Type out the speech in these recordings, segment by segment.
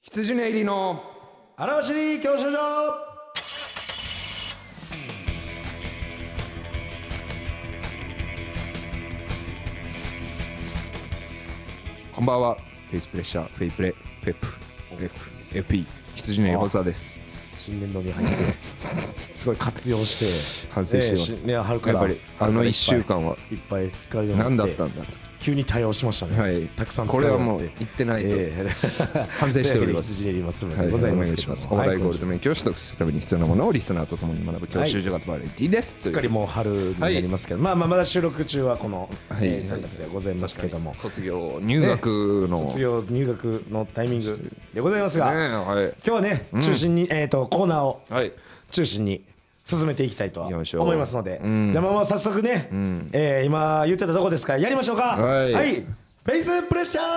羊ね入りの荒走り教習所。 こんばんは。フェイスプレッシャー、フェイプレ、ペップ、FP、羊ね補佐です。 新年度に入ってすごい活用して反省してます。 ね、春からやっぱり1週間はいっぱい使うようになって何だったんだと急に対応しましたね。 はい、 たくさん使うようになってこれはもう言ってないと反省しております。 羊ねり松村はい、 でございますお願いします。オーライゴールド免許を取得するために必要なものをリスナーとともに学ぶ教習所型バラエティです。 すっかりもう春になりますけど、まだ収録中はこのはい 3月ではございますけども、 卒業入学の、 卒業入学のタイミングでございますが、 ね、はい、 今日はね、中心にコーナーをはい、 中心に進めていきたいとはよいしょ思いますので、じゃあまあ早速ね、今言ってたとこですからやりましょうか。 はい、 フェイスプレッシャー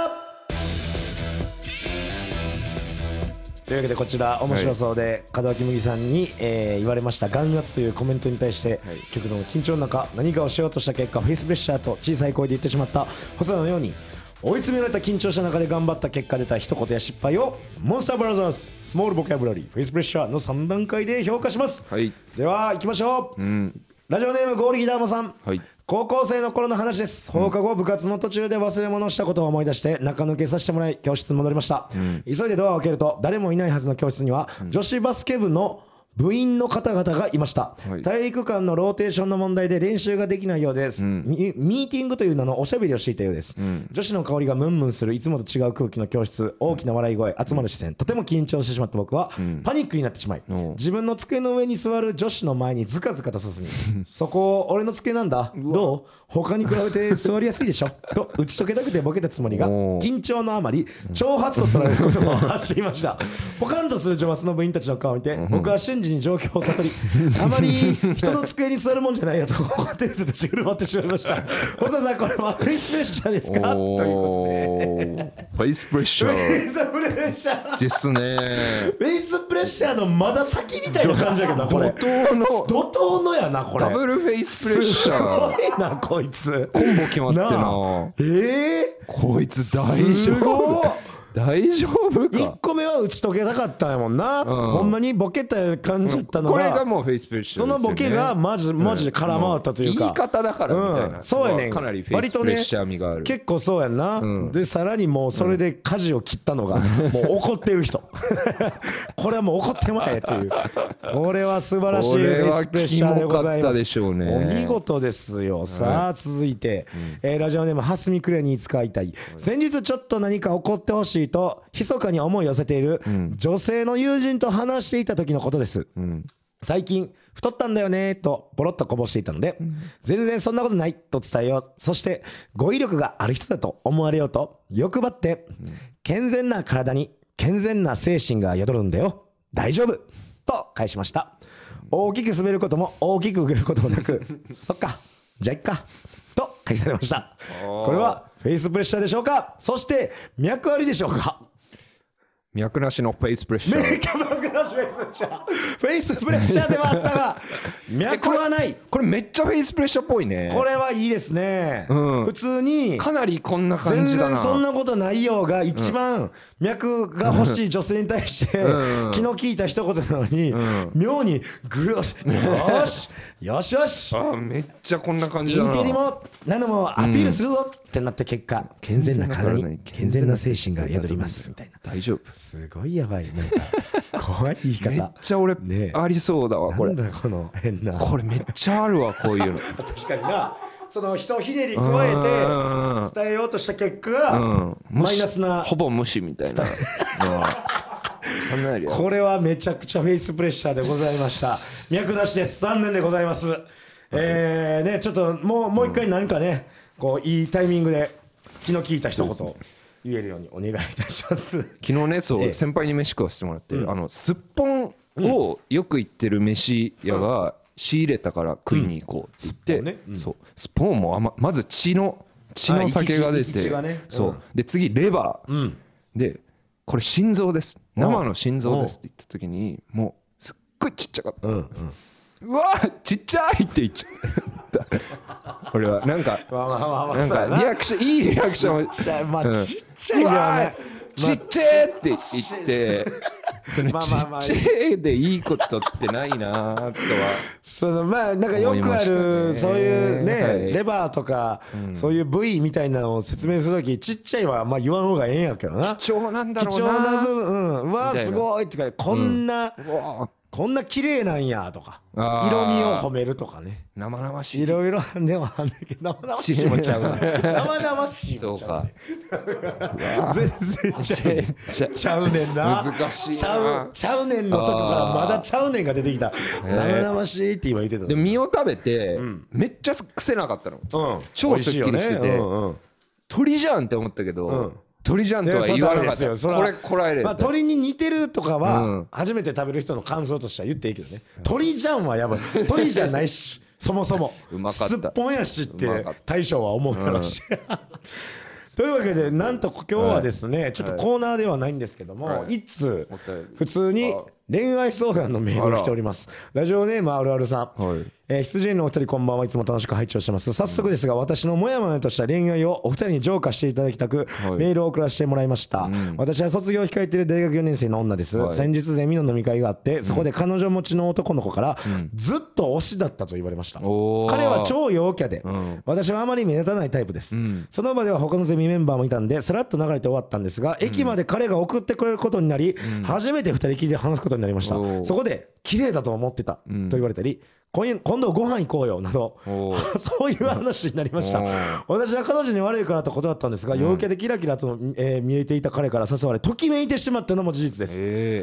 というわけで、こちら面白そうで門脇麦さんに言われました眼圧というコメントに対して、極度の緊張の中何かをしようとした結果フェイスプレッシャーと小さい声で言ってしまった細田のように、追い詰められた緊張した中で頑張った結果出た一言や失敗をモンスターブラザーズスモールボキャブラリーフェイスプレッシャーの3段階で評価します。 はい、 では行きましょう。ラジオネームゴーリギダーマさん、 はい、 高校生の頃の話です。放課後部活の途中で忘れ物をしたことを思い出して中抜けさせてもらい教室に戻りました。急いでドアを開けると誰もいないはずの教室には女子バスケ部の部員の方々がいました。体育館のローテーションの問題で練習ができないようです。ミーティングという名のおしゃべりをしていたようです。女子の香りがムンムンするいつもと違う空気の教室、大きな笑い声、集まる視線、とても緊張してしまった僕はパニックになってしまい、自分の机の上に座る女子の前にズカズカと進みそこ俺の机なんだ、どう、他に比べて座りやすいでしょと打ち解けたくてボケたつもりが緊張のあまり挑発と捉えることを発していました。ポカンとする女バスの部員たちの顔を見て僕は瞬時に状況を悟り、あまり人の机に座るもんじゃないよと怒っている人として振る舞ってしまいました。細田さん、これはフェイスプレッシャーですかということで、 フェイスプレッシャーフェイスプレッシャーですね。 フェイスプレッシャーのまだ先みたいな感じだけどな、これ怒涛のやな、これダブルフェイスプレッシャーすごいなこいつ、 コンボ決まってな。こいつ大丈夫大丈夫か。 1個目は打ち解けたかったんやもんな、ほんまにボケた感じだったのが、 これがもうフェイスプレッシャーですよね。 そのボケがマジで空回ったというか、 言い方だからみたいな、 そうやねん、 かなりフェイスプレッシャー味がある、 結構そうやんな、でさらにもうそれで舵を切ったのが、もう怒ってる人これはもう怒ってまえという、これは素晴らしいフェイスプレッシャーでございます。お見事ですよ。さあ続いて、ラジオネームハスミクレにいつか会いたい。先日ちょっと何か起こってほしいと密かに思い寄せている女性の友人と話していた時のことです。最近太ったんだよねとポロッとこぼしていたので、全然そんなことないと伝えよう、そして語彙力がある人だと思われようと欲張って、健全な体に健全な精神が宿るんだよ、大丈夫と返しました。大きく滑ることも大きく受けることもなくそっかじゃあいっかと返されました。これはフェイスプレッシャーでしょうか、そして脈ありでしょうか。 脈なしのフェイスプレッシャー。 脈なしフェイスプレッシャー、フェイスプレッシャーではあったが脈はない。 これめっちゃフェイスプレッシャーっぽいね。 これはいいですね、普通にかなりこんな感じだな。 全然そんなことないよが一番脈が欲しい女性に対して気の利いた一言なのに、妙にグロスよしよしよし、 めっちゃこんな感じだな。 インテリも何もアピールするぞってなった結果、健全な体に健全な精神が宿りますみたいな。 大丈夫。 すごいやばい、なんか怖い言い方。 めっちゃ俺ありそうだわこれ。 なんだこの変な。 これめっちゃあるわこういうの。 確かにな、その人ひねり加えて伝えようとした結果がマイナスな、 ほぼ無視みたいな。 これはめちゃくちゃフェイスプレッシャーでございました。脈なしです、残念でございます。ね、ちょっともう一回何かね、こういいタイミングで気の利いた一言言えるようにお願いいたします。 昨日ね、そう先輩に飯食わせてもらって、すっぽんをよく行ってる飯屋が仕入れたから食いに行こうって言って、そうすっぽんもまず血の酒が出て、そうで次レバーで、これ心臓です、生の心臓ですって言った時に、もうすっごいちっちゃかった。うわちっちゃいって言っちゃったこれはなんかリアクション、いいリアクション、 まあちっちゃいよね。 ちっちゃいって言ってそのちっちゃいでいいことってないなとはまあなんかよくあるそういうね、 はい、 レバーとか、そういう部位みたいなのを説明するときちっちゃいはまあ言わん方がええんやけどな。 貴重なんだろうな、 貴重な部分、うわすごいってかこんな、こんな綺麗なんやとか色味を褒めるとかね、 生々しいいろいろではあんだけど生々しいもちゃうな生々しいもちゃうね全然ちゃうねんな。 難しいちゃうねんのとこからまだちゃうねんが出てきた。生々しいって今言ってた。 で身を食べてめっちゃ癖なかったの、超すっきりしてて、鳥じゃんって思ったけど、鳥じゃんとは言わなかった。これこらえれる。 まあ鳥に似てるとかは初めて食べる人の感想としては言っていいけどね。鳥じゃんはやばい。鳥じゃないしそもそもすっぽんやしって大将は思うやろし。というわけでなんと今日はですねちょっとコーナーではないんですけども一通普通に恋愛相談のメールが来ております。ラジオネームあるあるさん、羊のお二人こんばんはいつも楽しく拝聴してます。早速ですが私のモヤモヤとした恋愛をお二人に浄化していただきたくメールを送らせてもらいました。私は卒業を控えている大学4年生の女です。先日ゼミの飲み会があってそこで彼女持ちの男の子からずっと推しだったと言われました。彼は超陽キャで私はあまり目立たないタイプです。その場では他のゼミメンバーもいたんでさらっと流れて終わったんですが駅まで彼が送ってくれることになり初めて二人きりで話すことになりました。そこで綺麗だと思ってたと言われたり今度ご飯行こうよなどそういう話になりました。私は彼女に悪いからと断ったんですが陽キャでキラキラと見えていた彼から誘われときめいてしまったのも事実です。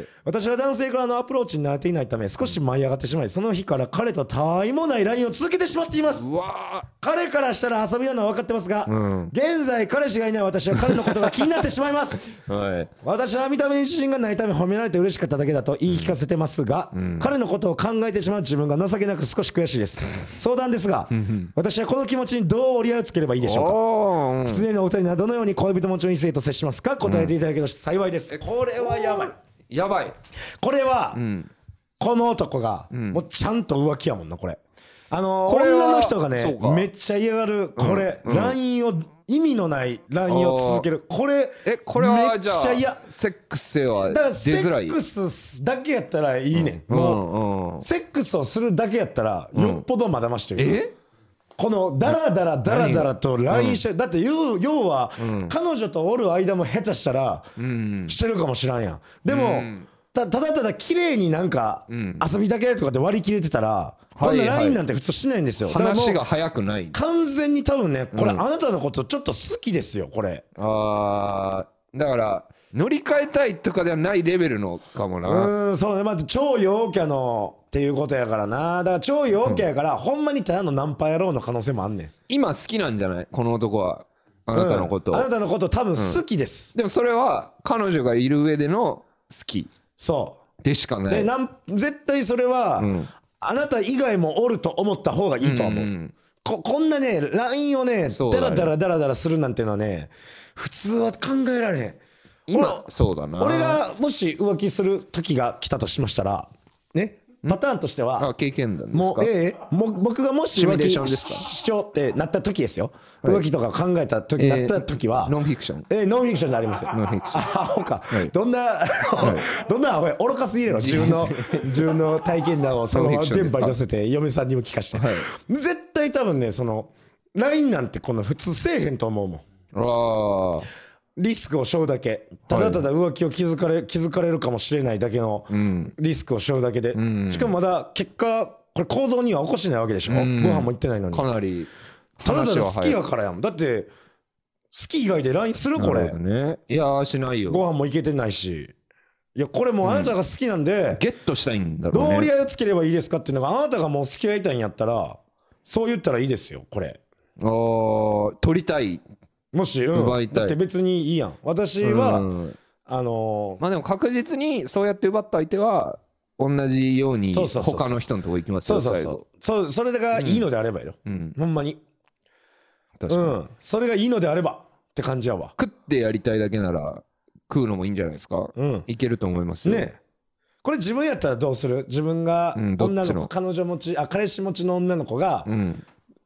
私は男性からのアプローチに慣れていないため少し舞い上がってしまいその日から彼とたわいもない LINE を続けてしまっています。彼からしたら遊びなのは分かってますが、現在彼氏がいない私は彼のことが気になってしまいます。私は見た目に自信がないため褒められて嬉しかっただけだと言い聞かせてますが、彼のことを考えてしまう自分が情けなく少し悔しいです。相談ですが私はこの気持ちにどう折り合いをつければいいでしょうか。すでにお二人はどのように恋人持ちの異性と接しますか。答えていただけると幸いです。これはやばいやばい。 これはこの男がもうちゃんと浮気やもんな。これ女の人がねめっちゃ嫌がるこれ LINE を意味のない LINE を続けるこれはじゃあセックスは出づらい。 セックスだけやったらいいねん。もうセックスをするだけやったらよっぽどまだましという。このダラダラと LINE してだって要は彼女とおる間も下手したらしてるかもしらんやん。でもただ綺麗になんか遊びだけとかで割り切れてたらこんな LINE なんて普通しないんですよ。 話が早くない。 完全に多分ねこれあなたのことちょっと好きですよこれ。 だから乗り換えたいとかではないレベルのかもな。 そうね。まず超陽キャのっていうことやからな。だから超陽キャやからほんまにただのナンパ野郎の可能性もあんねん。 今好きなんじゃないこの男はあなたのこと、 あなたのこと多分好きです、 でもそれは彼女がいる上での好きそうでしかない。 で絶対それは、あなた以外もおると思った方がいいと思う、こんなね LINE をねダラするなんてのはね普通は考えられへん。 今そうだな。 俺がもし浮気する時が来たとしましたらねパターンとしては経験談ですか。 僕がもし浮気しようってなった時ですよ、浮気とか考えた時なった時はノンフィクションノンフィクションでありますよ。 ノンフィクションアホか、どんな愚かすぎるの自分の体験談をそのまま電波に乗せて嫁さんにも聞かして、絶対多分ねその LINE なんてこの普通せえへんと思うもん。リスクを背負うだけただ浮気を気づかれるかもしれないだけのリスクを背負うだけで、しかもまだ結果これ行動には起こしてないわけでしょ、ご飯も行ってないのに。 かなりただ好きやからやん。だって好き以外で LINE するこれ、 いやしないよ。 ご飯も行けてないし。いやこれもうあなたが好きなんで、 ゲットしたいんだろうね。 どう折り合いをつければいいですかっていうのがあなたがもう付き合いたいんやったらそう言ったらいいですよこれ。 取りたいもし、 奪いたい。 だって別にいいやん。私は、 まあでも確実にそうやって奪った相手は同じように他の人のとこ行きますよ。 そうそれがいいのであればよ、ほんまに確かに、それがいいのであればって感じやわ。 食ってやりたいだけなら食うのもいいんじゃないですか、いけると思いますよね。これ自分やったらどうする？自分が女の子彼女持ち彼氏持ちの女の子が、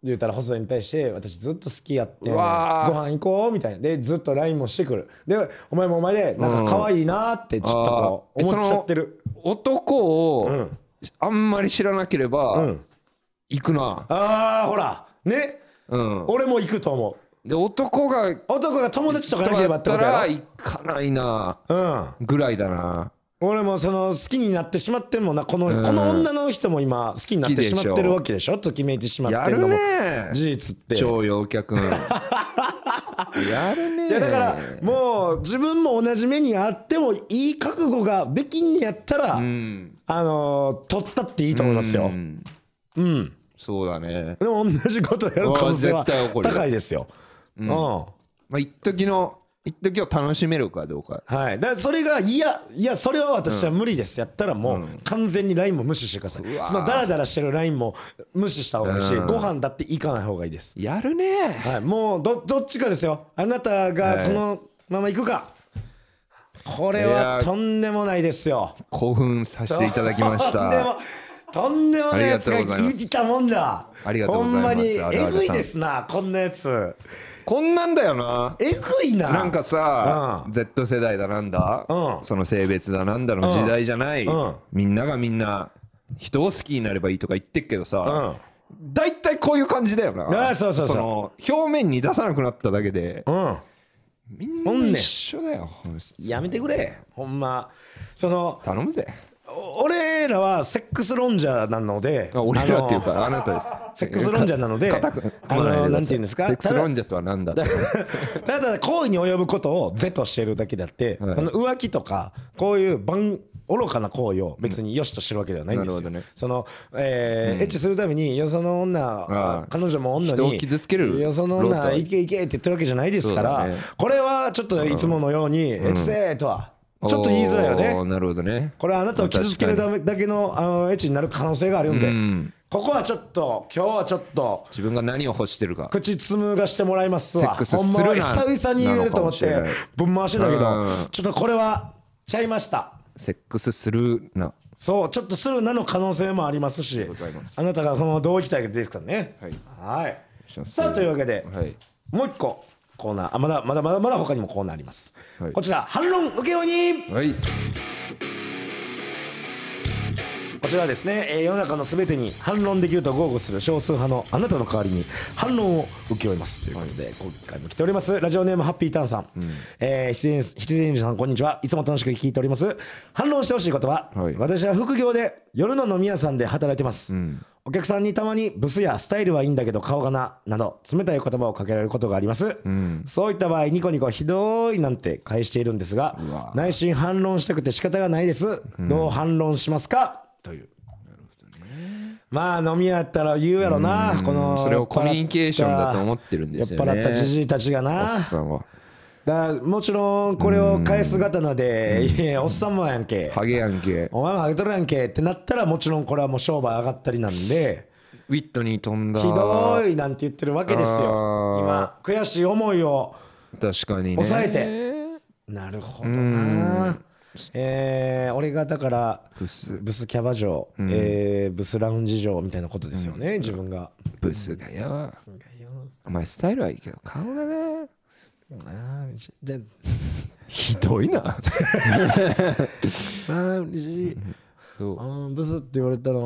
言うたら細田に対して私ずっと好きやってごうわー飯行こうみたいなでずっと LINE もしてくるでお前もお前でなんか可愛いなってちょっとこう思っちゃってる男をあんまり知らなければ行くな。 あーほらね俺も行くと思うで男が友達とかなけれだっばってことやろたら行かないなぐらいだな。 俺もその好きになってしまってるもんなこの女の人も今好きになってしまってるわけでしょと決めてしまってるのも事実って超陽キャ君やるね。 いやだからもう自分も同じ目にあってもいい覚悟ができんやったら取ったっていいと思いますよ。 そうだね。 でも同じことやる可能性は高いですよ。 まあ一時を楽しめるかどうか。 はい。だからそれがいやそれは私は無理ですやったらもう完全に LINE も無視してください。そのダラダラしてる LINE も無視した方がいいしご飯だって行かない方がいいです。 やるね。 はい。もうどっちかですよ。あなたがそのまま行くか。これはとんでもないですよ。 興奮させていただきました。 とんでもないやつがいたもんだ。 ありがとうございます。 ほんまにえぐいですなこんなやつ。 こんなんだよな。 えぐいな。 なんかさ、Z 世代だなんだ、その性別だなんだの時代じゃない、みんながみんな人を好きになればいいとか言ってっけどさ、大体こういう感じだよな。 そうその表面に出さなくなっただけで、みんな一緒だよ。 やめてくれほんま。その頼むぜ。 俺らはセックス論者なので、 俺らっていうかあなたです。 セックス論者なので、なんていうんですか、 セックス論者とは何だと。 ただ行為に及ぶことを是としてるだけであって、浮気とかこういう愚かな行為を別に良しとしてるわけではないんですよ。そのエッチするためによその女彼女も女に人を傷つけるよその女行け行けって言ってるわけじゃないですから、これはちょっといつものようにエッチせーとはちょっと言いづらいよね。 なるほどね。 これはあなたを傷つけるだけのエッチになる可能性があるんで、ここはちょっと今日はちょっと自分が何を欲してるか口つむがしてもらいますわ。 セックスするな。 ほんま久々に言えると思ってぶん回してたけど、ちょっとこれはちゃいました。 セックスするな。 そうちょっとするなの可能性もありますし、あなたがそのどういきたいかですからね。はい。さあというわけで、もう一個コーナー、まだ他にもコーナーあります。こちら反論請負人。 はい。 こちらはですね、世の中のすべてに反論できると豪語する少数派のあなたの代わりに反論を請け負いますということで、今回も来ております。ラジオネームハッピーターンさん、七前さんこんにちは。いつも楽しく聞いております。反論してほしいことは、私は副業で夜の飲み屋さんで働いてます。お客さんにたまにブスやスタイルはいいんだけど顔がなど冷たい言葉をかけられることがあります。そういった場合ニコニコひどいなんて返しているんですが、内心反論したくて仕方がないです。どう反論しますかという。まあ飲み屋やったら言うやろな。このそれをコミュニケーションだと思ってるんですよね。 酔っ払ったじじいたちがな。 おっさんは。 だもちろんこれを返す刀で、いやおっさんもやんけ、 ハゲやんけ、 お前もハゲとるやんけってなったらもちろんこれはもう商売上がったりなんで、 ウィットに飛んだひどいなんて言ってるわけですよ。今悔しい思いを確かにね抑えて。なるほどな。俺がだからブスキャバ嬢、ブスラウンジ嬢みたいなことですよね、自分が。 ブスがよ、お前スタイルはいいけど顔がねひどいなブスって言われたら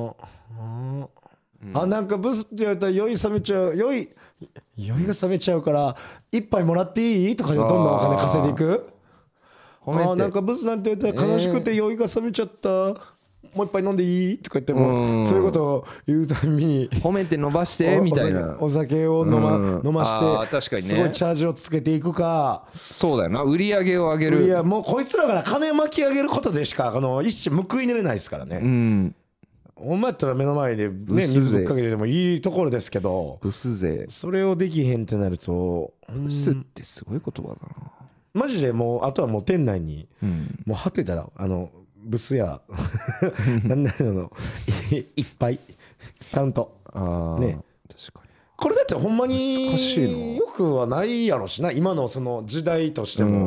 なんかブスって言われたら酔い冷めちゃう、酔いが冷めちゃうから一杯もらっていいとかでどんどんお金稼いでいく。なんかブスなんて言ったら悲しくて酔いが冷めちゃった、もう一杯飲んでいいとか言っても、そういうことを言うたびに褒めて伸ばしてみたいな、 お酒を飲まして確かにね、 すごいチャージをつけていくか。 そうだよな、売り上げを上げる。 いやもうこいつらから金巻き上げることでしか一種報いれないですからね。お前やったら目の前でね水ぶっかけてでもいいところですけど、 ブス勢それをできへんってなると、 ブスってすごい言葉だなマジで。もうあとはもう店内にもう張ってたらブスやなんだろういっぱいカウントね。 確かにこれだってほんまによくはないやろしな、今のその時代としても。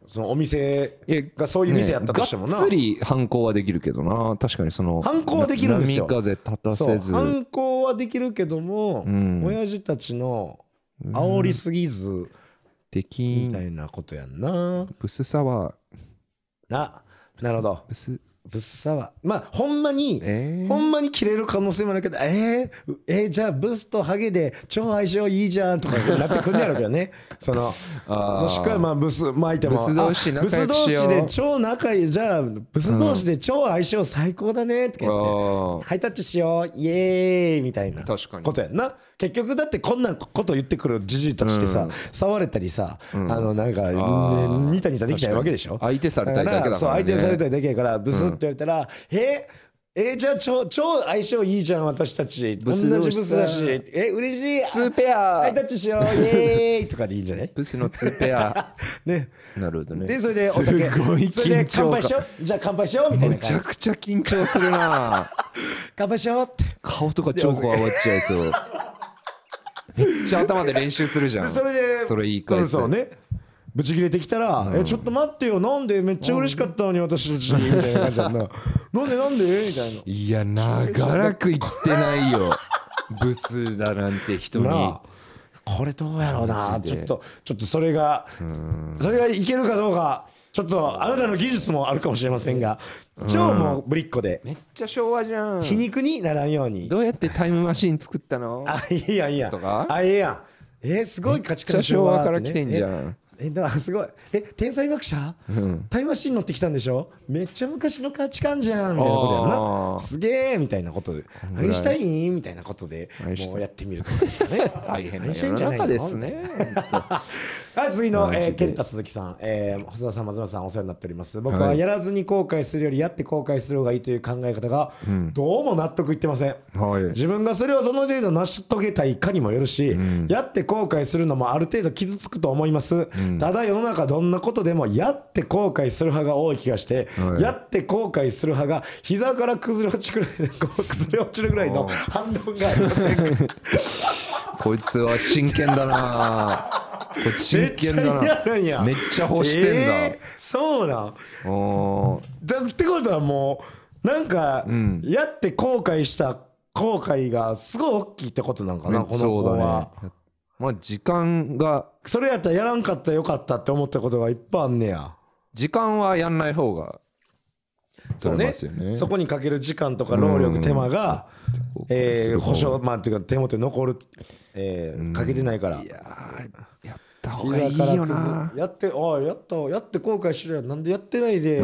そのお店がそういう店やったとしてもな、 がっつり反抗はできるけどな。確かにその反抗はできるんですよ。 波風立たせず、 反抗はできるけども、親父たちの煽りすぎずできんみたいなことやんな。 ブスさはなるほど。 ブスぶっさはまあほんまに切れる可能性もあるけどじゃあブスとハゲで超相性いいじゃんとかなってくんねやろうけどねそのもしくはまあブスまあ相手もブス同士仲良くしよう、 ブス同士で超仲いいじゃあブス同士で超相性最高だねって言ってハイタッチしようイエーイみたいなことやんな。結局だってこんなこと言ってくるじじいたちってさ、触れたりさ、なんか、ニタニタできないわけでしょ。 相手されたいだけだからね。 そう相手されたいだけやからブスって言われたら、じゃあ超相性いいじゃん私たち同じブスだし嬉しい 2ペアハイタッチしようイエーイとかでいいんじゃない？ ブスの2ペアね。 なるほどね。 でそれでお酒すごいそれで緊張乾杯しようじゃあ乾杯しようみたいなめちゃくちゃ緊張するな乾杯しようって顔とか超こわばっちゃいそうめっちゃ頭で練習するじゃん。 それでそれ言い返す、 そうねブチ切れてきたらちょっと待ってよなんでめっちゃ嬉しかったのに私たちみたいな感じだななんでみたいないや長らく言ってないよブスだなんて人にこれどうやろうなちょっとそれがいけるかどうかちょっとあなたの技術もあるかもしれませんが超もうぶりっ子でめっちゃ昭和じゃん。 皮肉にならんようにどうやってタイムマシーン作ったのいいやんとかいいやんすごい価値観昭和から来てんじゃん。 だからすごい天才学者、タイムマシーン乗ってきたんでしょめっちゃ昔の価値観じゃんみたいなことやんなすげえみたいなことでアインシュタインみたいなことでもうやってみるとかですかね大変な世の中ですねはい、次の、ケンタ鈴木さん、細田さん松村さんお世話になっております。僕はやらずに後悔するよりやって後悔する方がいいという考え方がどうも納得いってません、自分がそれをどの程度成し遂げたいかにもよるし、やって後悔するのもある程度傷つくと思います、ただ世の中どんなことでもやって後悔する派が多い気がして、やって後悔する派が膝から崩れ落ちるぐらいの反論がありませんこいつは真剣だなこいつ真剣だなめっちゃ欲してんだ、 そうなんってことはもうなんか、やって後悔した後悔がすごい大きいってことなんかな、この子は。 まあ時間がそれやったらやらんかったらよかったって思ったことがいっぱいあんねや。 時間はやんない方がそうね、そこにかける時間とか労力手間が保証まあっていうか手元に残るかけてないから、いややった方がいいよな。 やって後悔しろよ。なんでやってないで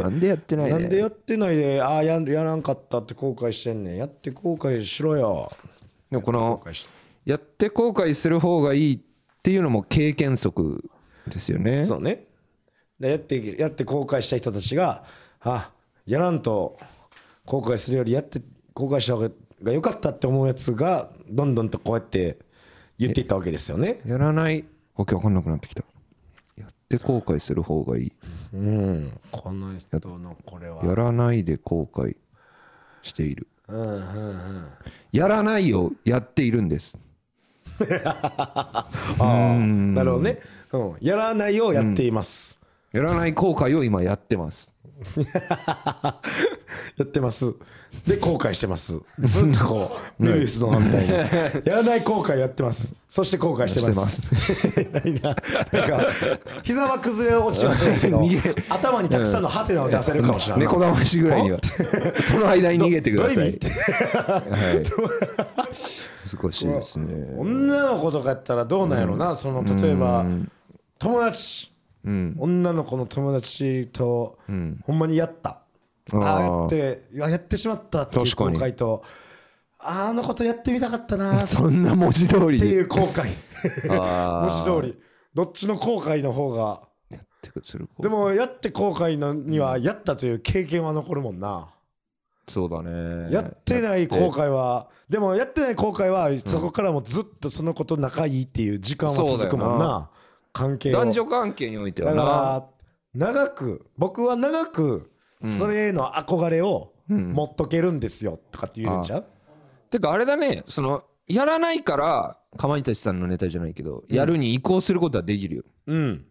やらんかったって後悔してんねん。やって後悔しろよ。 でもこのやって後悔する方がいいっていうのも経験則ですよね。 そうね。でやって後悔した人たちがやらんと後悔するよりやって後悔した方が良かったって思うやつがどんどんとこうやって言っていったわけですよね。 やらないわけわかんなくなってきた。やって後悔する方がいい。 この人のこれはやらないで後悔している。やらないをやっているんです。 なるほどね、やらないをやっています、 やらない後悔を今やってますやってますで後悔してます。ずっとこうルイスの反対にやらない後悔やってます。そして後悔してますなんか膝は崩れ落ちませんけど頭にたくさんのハテナを出せるかもしれない。 猫だましぐらいにはその間に逃げてください。難しいですね。 女の子とかやったらどうなんやろな、その例えば友達、女の子の友達とほんまにやったやってしまったっていう後悔とあのことやってみたかったなそんな文字通りっていう後悔文字通りどっちの後悔の方がでもやって後悔のにはやったという経験は残るもんな。 そうだね。 やってない後悔はでもやってない後悔はそこからもずっとその子と仲いいっていう時間は続くもんな。関係を男女関係においてはな。 だから僕は長くそれへの憧れを持っとけるんですよとかって言うんちゃう？ てかあれだね、そのやらないからかまいたちさんのネタじゃないけど、やるに移行することはできるよ。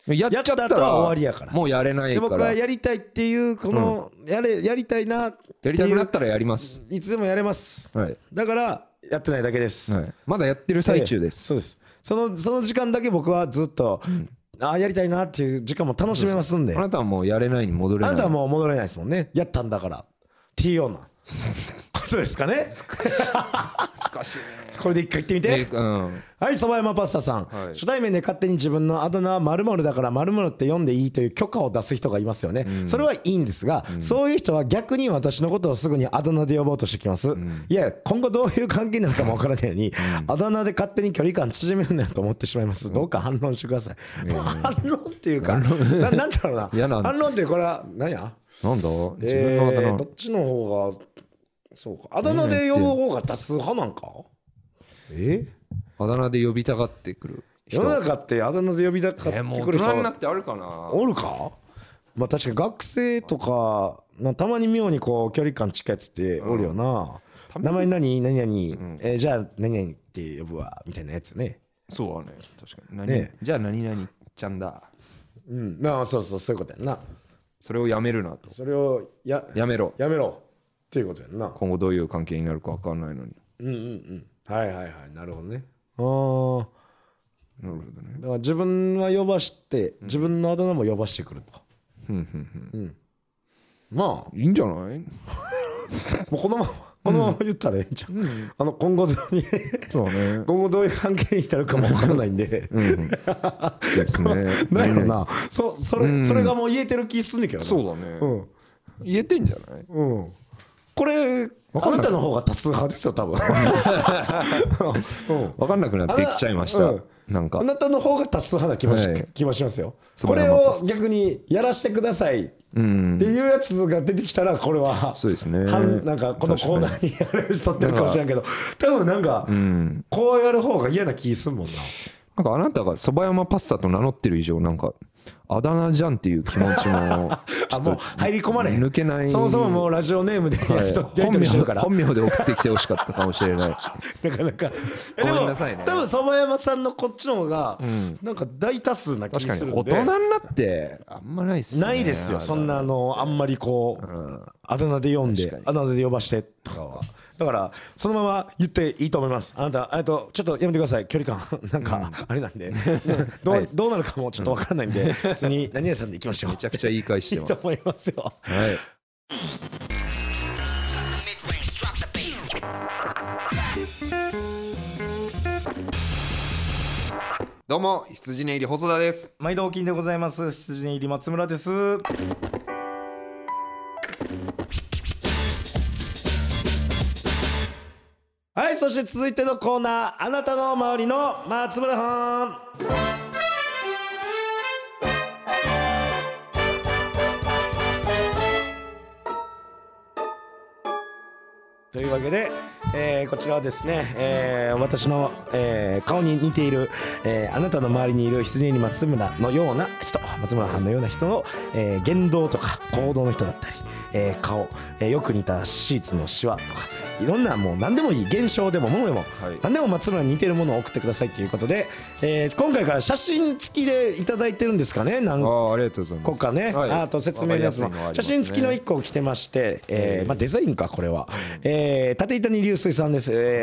やっちゃったら後は終わりやから。 もうやれないから。 で僕はやりたいっていうこの、やりたいなっていう、 やりたくなったらやります。 いつでもやれます、 はい、 だからやってないだけです、 はい、まだやってる最中です、 そうです。その時間だけ僕はずっと、やりたいなっていう時間も楽しめますんで。 あなたはもうやれないに戻れない。 あなたはもう戻れないですもんね。やったんだからっていうようなことですかね。 難しいね。 これで一回言ってみて、はい、そば山パスタさん、初対面で勝手に自分のあだ名は〇〇だから〇〇って読んでいいという許可を出す人がいますよね、それはいいんですが、そういう人は逆に私のことをすぐにあだ名で呼ぼうとしてきます、いや今後どういう関係になるかもわからないのに、あだ名で勝手に距離感縮めるんだと思ってしまいます。どうか反論してください、反論っていうかなんだろうな、反論ってこれは何やなんだ自分のあだ名、 どっちの方がそうか、あだ名で呼ぶ方が多数派なんか。 あだ名で呼びたがってくる人、 世の中ってあだ名で呼びたがってくる人、 もう大人になってあるかな。 おるか。まあ確かに学生とかたまに妙にこう距離感近いやつっておるよな、名前何々、じゃあ何々って呼ぶわみたいなやつね。 そうはね、確かにじゃあ何々ちゃんだ、 まあそういうことやんな。 それをやめるなと。 それをやめろっていうことやんな。 今後どういう関係になるか分かんないのに。 はいなるほどね。 なるほどね。 だから自分は呼ばして自分のあだ名も呼ばしてくると。まあいいんじゃない。 もうこのまま言ったらええんちゃう、今後どういう関係になるかも分からないんで、そうですね。 なんやろな、それがもう言えてる気すんねんけどな。 そうだね、言えてんじゃない。 これあなたの方が多数派ですよ多分。 分かんなくなってきちゃいました、なんかあなたの方が多数派な気もしますよ。これを逆にやらせてくださいっていうやつが出てきたら、これはそうですね、 なんかこのコーナーにやる人ってるかもしれんけど、多分なんかこうやる方が嫌な気すんもんな。 なんかあなたがそば山パスタと名乗ってる以上、なんかあだ名じゃんっていう気持ちもちょっともう入り込まれへん、 抜けない。 そもそももうラジオネームでやり取りしてるから、 本名で送ってきてほしかったかもしれない。 なかなかごめんなさいね。 多分そば山さんのこっちの方がなんか大多数な気がするんで。 大人になってあんまないっすね。 ないですよ、そんなあんまりこうあだ名で呼んであだ名で呼ばしてとかは。だからそのまま言っていいと思います。あなたちょっとやめてください、距離感なんかあれなんで、どうなるかもちょっと分からないんで、普通に何々さんでいきましょう。 めちゃくちゃ言い返してます。 いいと思いますよ。 はい。どうも羊ね入り細田です。 毎度お金でございます。羊ね入り松村です。はい、そして続いてのコーナー、あなたの周りの松村さん。というわけで、こちらはですね、私の、顔に似ている、あなたの周りにいる羊に松村のような人、松村さんのような人の、言動とか行動の人だったり、顔、よく似たシーツのシワとか、いろんなもう何でもいい現象でも物でも、何でも松村に似てるものを送ってくださいということで、今回から写真付きでいただいてるんですかね。 ありがとうございます。 ここかね、あと説明のやつも写真付きの1個来てまして、デザインかこれは、縦板に流水さんです。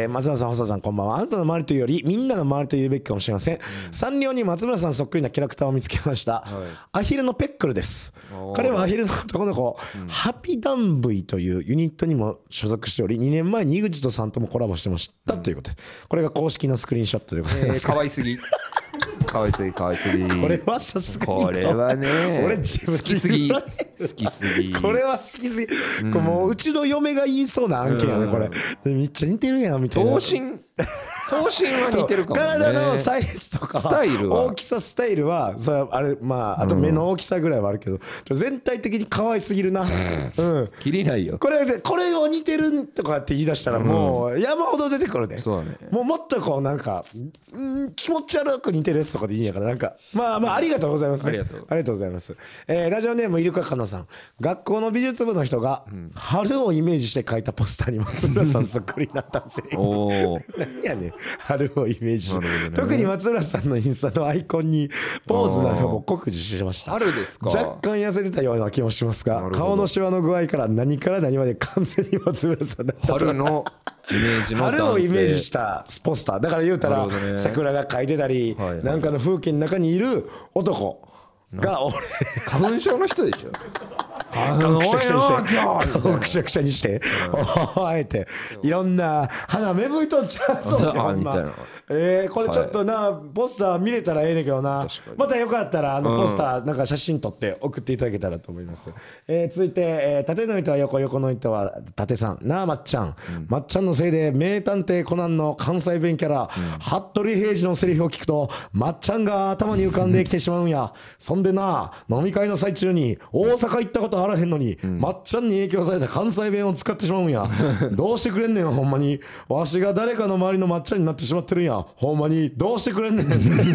松村さん細田さんこんばんは。あなたの周りというよりみんなの周りと言うべきかもしれません。サンリオに松村さんそっくりなキャラクターを見つけました、アヒルのペックルです。彼はアヒルの男の子、ハピダンブイというユニットにも所属しており、2年前に EXIT さんともコラボしてましたということで、これが公式のスクリーンショットでございます。 かわいすぎかわいすぎこれはさすがにこれはね俺自分好きすぎこれは好きすぎ、これもううちの嫁が言いそうな案件やね、これめっちゃ似てるやんみたいな。 頭身は似てるかもね。 体のサイズとかスタイルは大きさスタイルはそれあれ、まああと目の大きさぐらいはあるけど、全体的に可愛すぎるな。 切りないよ。 これを似てるとかって言い出したらもう山ほど出てくるね。 そうだね。 もうもっとこうなんか気持ち悪く似てるやつとかでいいんやから、なんかまあありがとうございますね。ありがとうございます。ラジオネームイルカカナさん。学校の美術部の人が春をイメージして描いたポスターに松村さんそっくりになったんですよ。何やねん。 春をイメージ、 なるほどね特に松浦さんのインスタのアイコンにポーズなども酷似してました。 春ですか。 若干痩せてたような気もしますが、 なるほど顔のシワの具合から何から何まで完全に松浦さんだったと。 春のイメージの男性。 春をイメージしたポスターだから言うたら、 なるほどね桜が描いてたり、 はいはいなんかの風景の中にいる男が俺花粉症の人でしょ。 顔くしゃくしゃにして今日顔くしゃくしゃにしてあえていろんな花芽吹いとんちゃうぞってほんまみたいな。 これちょっとなポスター見れたらええねんけどな。またよかったらポスターなんか写真撮って送っていただけたらと思います。続いて縦の糸は横、横の糸は縦さんなあ。まっちゃん、まっちゃんのせいで名探偵コナンの関西弁キャラ服部平次のセリフを聞くとまっちゃんが頭に浮かんできてしまうんや。そんでな飲み会の最中に大阪行ったことあらへんのに、まっちゃんに影響された関西弁を使ってしまうんや。どうしてくれんねんほんまに。わしが誰かの周りのまっちゃんになってしまってるんや。ほんまにどうしてくれんねん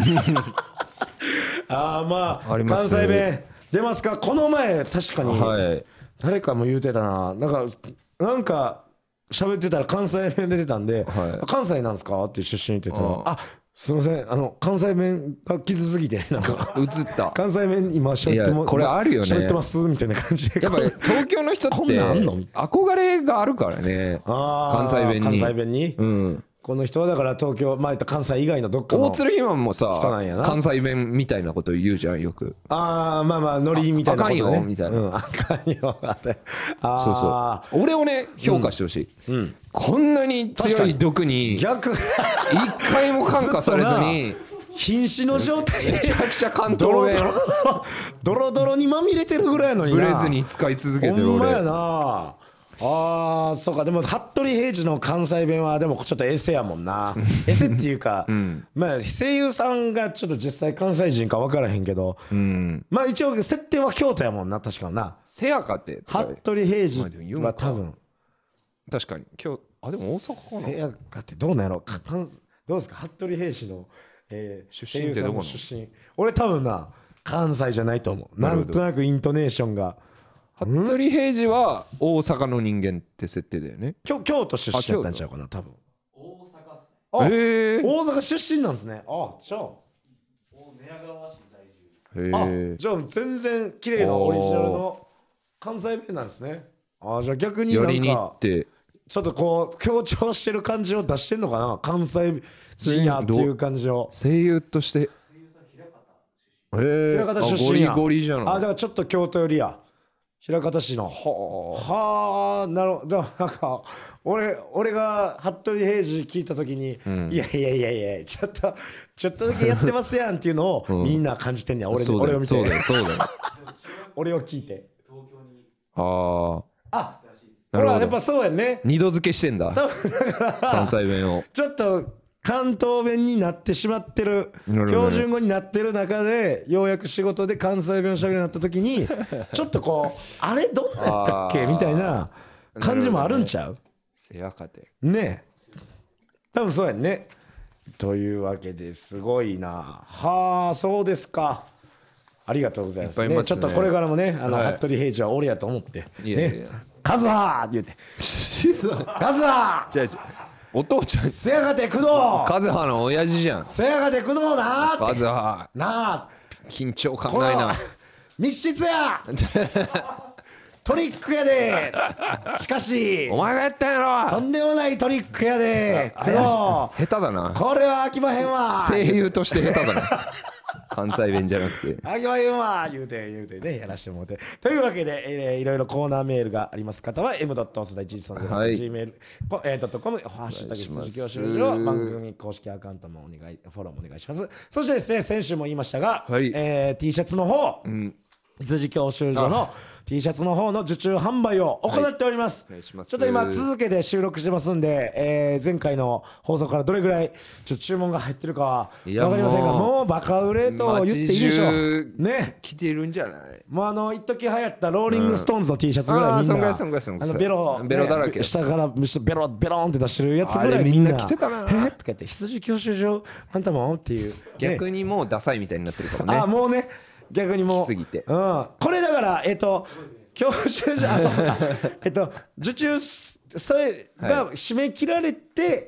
まああります関西弁出ますか。この前確かにはい誰かも言うてたな。なんか喋ってたら関西弁出てたんで、 はい関西なんですかって出身言ってたら、あすいません関西弁がきつすぎてなんか映った。 関西弁今喋っていやこれあるよね喋ってますみたいな感じでやっぱり東京の人ってこんなんあんの憧れがあるからね。関西弁に。 関西弁に、 うん。 この人はだから東京前言った関西以外のどっかの大鶴ひまんも人さなんやな関西弁みたいなこと言うじゃんよく。 まあノリみたいなことね。 あかんよみたいなあかんよってそうそう。俺をね評価してほしい。こんなに強い毒に一逆回も感化されずに瀕死の状態でめちゃくちゃ関ドロ東弁ドロドロにまみれてるぐらいのになブレずに使い続けてるほんまや俺。 なそうか。でも服部平次の関西弁はでもちょっとエセやもんなエセっていうか、まあ声優さんがちょっと実際関西人か分からへんけど、まあ一応設定は京都やもんな確かな。 せやかってとか服部平次は多分確かに今日でも大阪かな。 せやかってどうなんやろどうですか服部平次の出身ってどこなの声優さんの出身。俺多分な関西じゃないと思う。なんとなくイントネーションが服部平次は大阪の人間って設定だよね。 京都出身だったんちゃうかな多分。 大阪っすね。 あへえ。 大阪出身なんですね。じゃあ寝屋川市在住。 へえ。 じゃあ全然綺麗なオリジナルの関西弁なんですね。じゃあ逆になやりに行んかってちょっとこう強調してる感じを出してんのかな関西人やっていう感じを。 声優として。へえ。 枚方出身やゴリゴリじゃない。 じゃあちょっと京都寄りや枚方市の。なるほど。なんか俺が服部平次聞いた時に、いやちょっとだけやってますやんっていうのをみんな感じてんねや。俺を見てそうだよそうだよ。 俺を聞いて。 東京にああ。 ほらやっぱそうやんね。 二度付けしてんだ。関西弁を。 ちょっと関東弁になってしまってる、 なるほどね標準語になってる中でようやく仕事で関西弁をしゃべるようになった時にちょっとこうあれどんなやったっけみたいな感じもあるんちゃうせやかて。 ねえ多分そうやんね。というわけですごいな。そうですか。ありがとうございます。 いっぱいいますねちょっとこれからもねはい服部平次は俺やと思っていやいやねカズハーって言うてカズハー違う違う。お父ちゃんせやがて工藤カズハの親父じゃん。 せやがて工藤なーってカズハなあ緊張感このないな。 密室やトリックやでしかしお前がやったんやろ。 とんでもないトリックやで工藤下手だな。 これは飽きまへんわ声優として下手だな。関西弁じゃなくて。 飽きまへんわ言うてねやらしてもらってというわけで、いろいろコーナーメールがあります方は m.osda130.gmail.com、 はいハッシュタグ筋教習所番組公式アカウントもフォローもお願いします。そしてですね先週も言いましたが、 はい T シャツの方、羊教習所の T シャツの方の受注販売を行っております、 お願いしますちょっと今続けて収録してますんで、前回の放送からどれぐらいちょっと注文が入ってるかは分いやかりませんがもうもうバカ売れと言っていいでしょうね。 来てるんじゃない。 もう一時流行ったローリングストーンズの T シャツぐらいみんな、 そんぐらいそんぐらいそんぐらいベロだらけ下からベロンって出してるやつぐあれらいみんなみんな着てたなとか言って羊教習所あんたもっていう、ね、 逆にもうダサいみたいになってるかもね。 もうね逆にもう着すぎてこれだから教習所そうか受注それが締め切られて、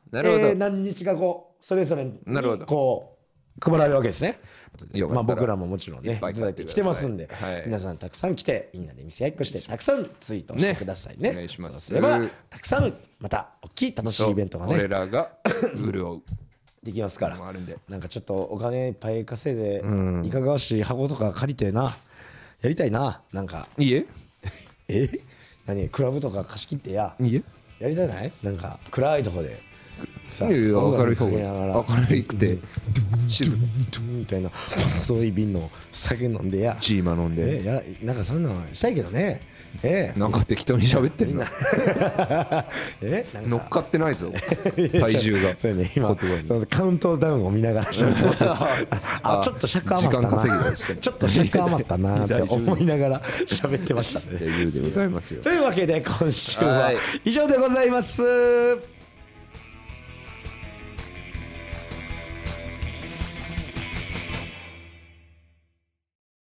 なるほど何日かこうそれぞれになるほどこう配られるわけですね。 よかったら僕らももちろんねいっぱいいただいてきてますんで、 はい皆さんたくさん来てみんなで店やっこしてたくさんツイートしてくださいね。 お願いしますそうすればたくさんまた大きい楽しいイベントが俺ねらが潤うできますからもあるんでなんかちょっとお金いっぱい稼いでいかがわしい箱とか借りてなやりたいな。なんかいいえ何クラブとか貸し切ってやいいえやりたないなんか暗いとこでさいやいや音楽明るい方かけながらが明るくて静かみたいな細い瓶の酒飲んでやチーマ飲んでなんかそんなのしたいけどねなんか適当に喋ってんのなんか乗っかってないぞ体重がそうやね今言葉にそのカウントダウンを見ながら喋ってますちょっと尺余ったな時間稼ぎをしてちょっと尺余ったなって思いながら喋ってましたね余裕でございますよというわけで今週ははい以上でございます。